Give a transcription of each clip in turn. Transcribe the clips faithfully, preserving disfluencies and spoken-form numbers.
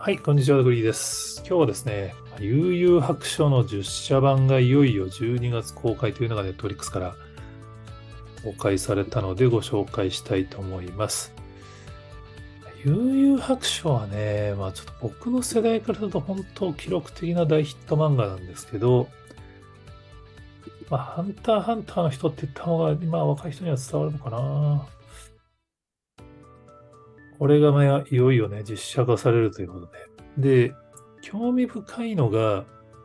はい、こんにちは、グリーです。今日はですね、悠々白書のじゅっしゃばんがいよいよじゅうにがつ公開というのがネットフリックスから公開されたのでご紹介したいと思います。悠々白書はね、まあちょっと僕の世代からすると本当記録的な大ヒット漫画なんですけど、まあハンターハンターの人って言った方が今若い人には伝わるのかな。これがまあいよいよね、実写化されるということで。で、興味深いのが、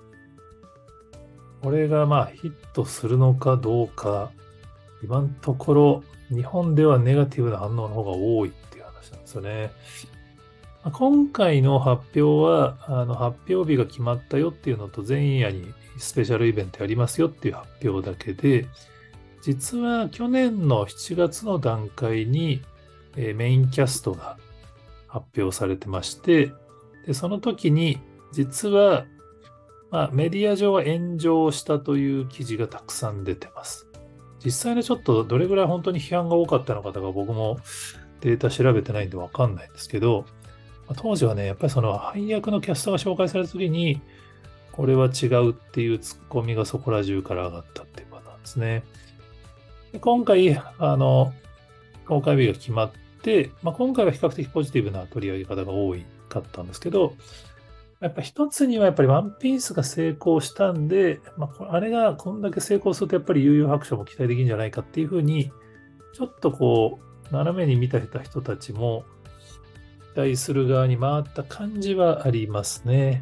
これがまあヒットするのかどうか、今のところ日本ではネガティブな反応の方が多いっていう話なんですよね。まあ今回の発表は、あの発表日が決まったよっていうのと、前夜にスペシャルイベントやりますよっていう発表だけで、実は去年のしちがつの段階に、えーメインキャストが発表されてまして、でその時に実はまあ、メディア上は炎上したという記事がたくさん出てます。実際ね、ちょっとどれぐらい本当に批判が多かったのかとか僕もデータ調べてないんでわかんないんですけど、まあ当時はね、やっぱりその配役のキャストが紹介された時に、これは違うっていうツッコミがそこら中から上がったっていうパターンですね。で今回、あの、公開日が決まって、まあ、今回は比較的ポジティブな取り上げ方が多かったんですけど、やっぱ一つにはやっぱりワンピースが成功したんで、まあ、これあれがこんだけ成功するとやっぱり悠々白書も期待できるんじゃないかっていうふうに、ちょっとこう、斜めに見た人たちも期待する側に回った感じはありますね。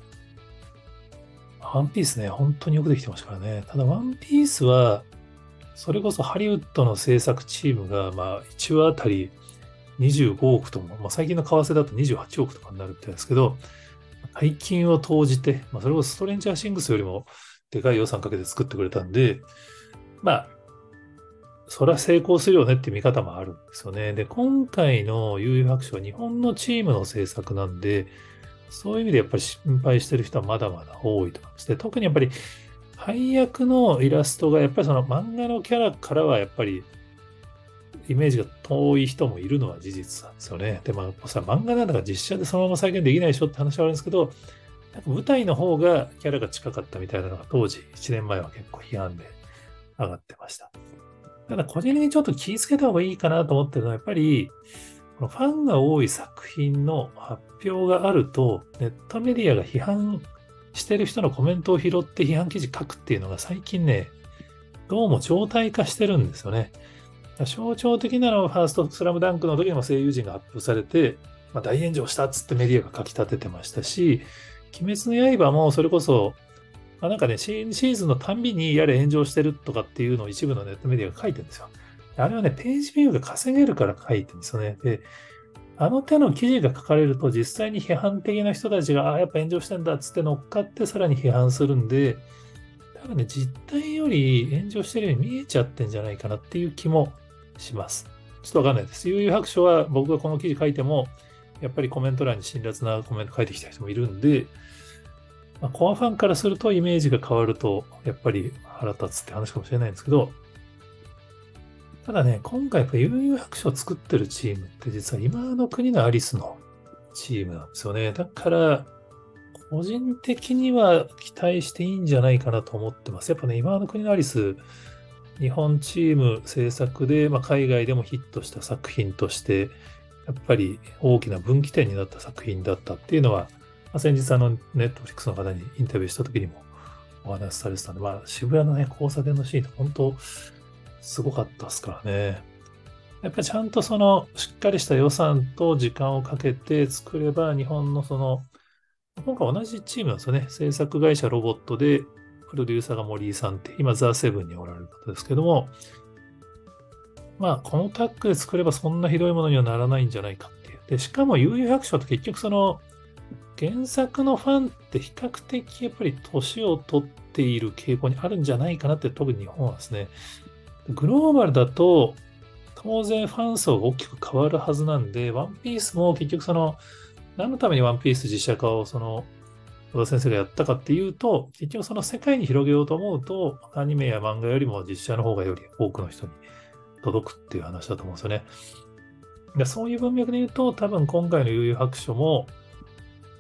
ワンピースね、本当によくできてましたからね。ただワンピースは、それこそハリウッドの制作チームが、まあ、いちわあたりにじゅうごおくとも、まあ、最近の為替だとにじゅうはちおくとかになるみたいですけど、大金を投じて、まあ、それこそストレンジャーシングスよりもでかい予算かけて作ってくれたんで、まあ、それは成功するよねっていう見方もあるんですよね。で、今回の悠々白書は日本のチームの制作なんで、そういう意味でやっぱり心配してる人はまだまだ多いと思います。で、特にやっぱり配役のイラストがやっぱりその漫画のキャラからはやっぱりイメージが遠い人もいるのは事実なんですよね。で、まあ、さ、漫画なんだから実写でそのまま再現できないでしょって話はあるんですけど、なんか舞台の方がキャラが近かったみたいなのが当時、いちねんまえは結構批判で上がってました。ただ個人的にちょっと気をつけた方がいいかなと思ってるのは、やっぱり、ファンが多い作品の発表があると、ネットメディアが批判してる人のコメントを拾って批判記事書くっていうのが最近ね、どうも常態化してるんですよね。象徴的なのはファーストスラムダンクの時にも声優陣が発表されて、まあ、大炎上したっつってメディアが書き立ててましたし、鬼滅の刃もそれこそ、まあ、なんかね、新シーズンのたんびにやれ炎上してるとかっていうのを一部のネットメディアが書いてるんですよ。あれはね、ページビューが稼げるから書いてるんですよね。で、あの手の記事が書かれると実際に批判的な人たちが、ああ、やっぱ炎上してんだっつって乗っかってさらに批判するんで、多分ね、実態より炎上してるように見えちゃってんじゃないかなっていう気もします。ちょっとわかんないです。悠々白書は僕がこの記事書いても、やっぱりコメント欄に辛辣なコメント書いてきた人もいるんで、まあ、コアファンからするとイメージが変わると、やっぱり腹立つって話かもしれないんですけど、ただね、今回やっぱ悠々白書を作ってるチームって実は今の国のアリスのチームなんですよね。だから、個人的には期待していいんじゃないかなと思ってます。やっぱね、今の国のアリス、日本チーム制作で、まあ、海外でもヒットした作品として、やっぱり大きな分岐点になった作品だったっていうのは、まあ、先日あの、ネットフリックスの方にインタビューした時にもお話しされてたんで、まあ、渋谷のね、交差点のシーンって本当すごかったですからね。やっぱりちゃんとその、しっかりした予算と時間をかけて作れば、日本のその、今回同じチームなんですよね。制作会社ロボットで、プロデューサーが森井さんって、今ザ・セブンにおられる方ですけども、まあ、このタッグで作ればそんなひどいものにはならないんじゃないかっていう。で、しかも悠々白書って結局その、原作のファンって比較的やっぱり年を取っている傾向にあるんじゃないかなって、特に日本はですね。グローバルだと、当然ファン層が大きく変わるはずなんで、ワンピースも結局その、何のためにワンピース実写化をその、小田先生がやったかっていうと、結局その世界に広げようと思うと、アニメや漫画よりも実写の方がより多くの人に届くっていう話だと思うんですよね。でそういう文脈で言うと、多分今回の悠々白書も、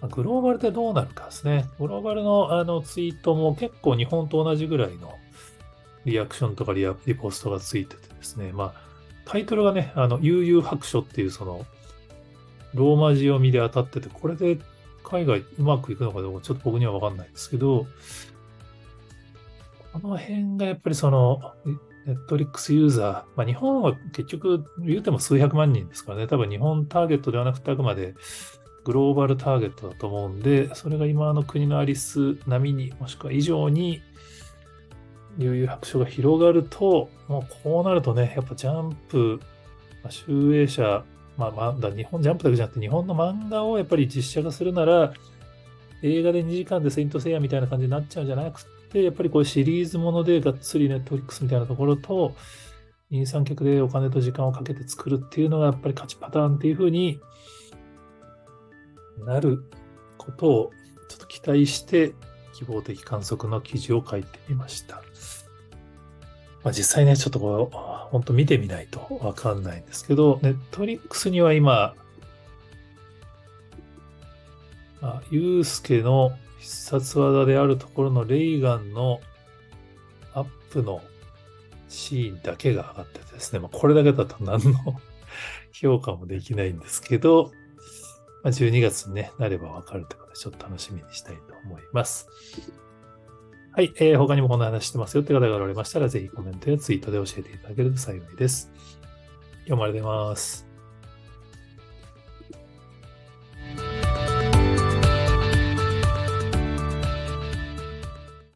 グローバルでどうなるかですね。グローバルのあのツイートも結構日本と同じぐらいのリアクションとかリアリポストがついててですね。まあ、タイトルがね、あの、悠々白書っていうその、ローマ字読みで当たってて、これで海外うまくいくのかどうかちょっと僕にはわかんないんですけど、この辺がやっぱりその、ネットリックスユーザー、まあ、日本は結局言うても数百万人ですからね、多分日本ターゲットではなくてあくまでグローバルターゲットだと思うんで、それが今の国のアリス並みに、もしくは以上に、悠々白書が広がると、もうこうなるとね、やっぱジャンプ、まあ、集英社、まあ、まだ日本ジャンプだけじゃなくて、日本の漫画をやっぱり実写化するなら、映画でにじかんでセイントセイヤみたいな感じになっちゃうんじゃなくて、やっぱりこういうシリーズものでがっつりネットフリックスみたいなところと、二三脚でお金と時間をかけて作るっていうのがやっぱり勝ちパターンっていう風になることをちょっと期待して希望的観測の記事を書いてみました。まあ、実際ね、ちょっとこう、本当見てみないとわかんないんですけど、ネットフリックスには今、あ、ユースケの必殺技であるところのレイガンのアップのシーンだけが上がっててですね、まあ、これだけだと何の評価もできないんですけど、まあ、じゅうにがつに、ね、なればわかるということで、ちょっと楽しみにしたいと思います。はい、えー、他にもこんな話してますよって方がおられましたら、ぜひコメントやツイートで教えていただけると幸いです。今日もありがとうございます。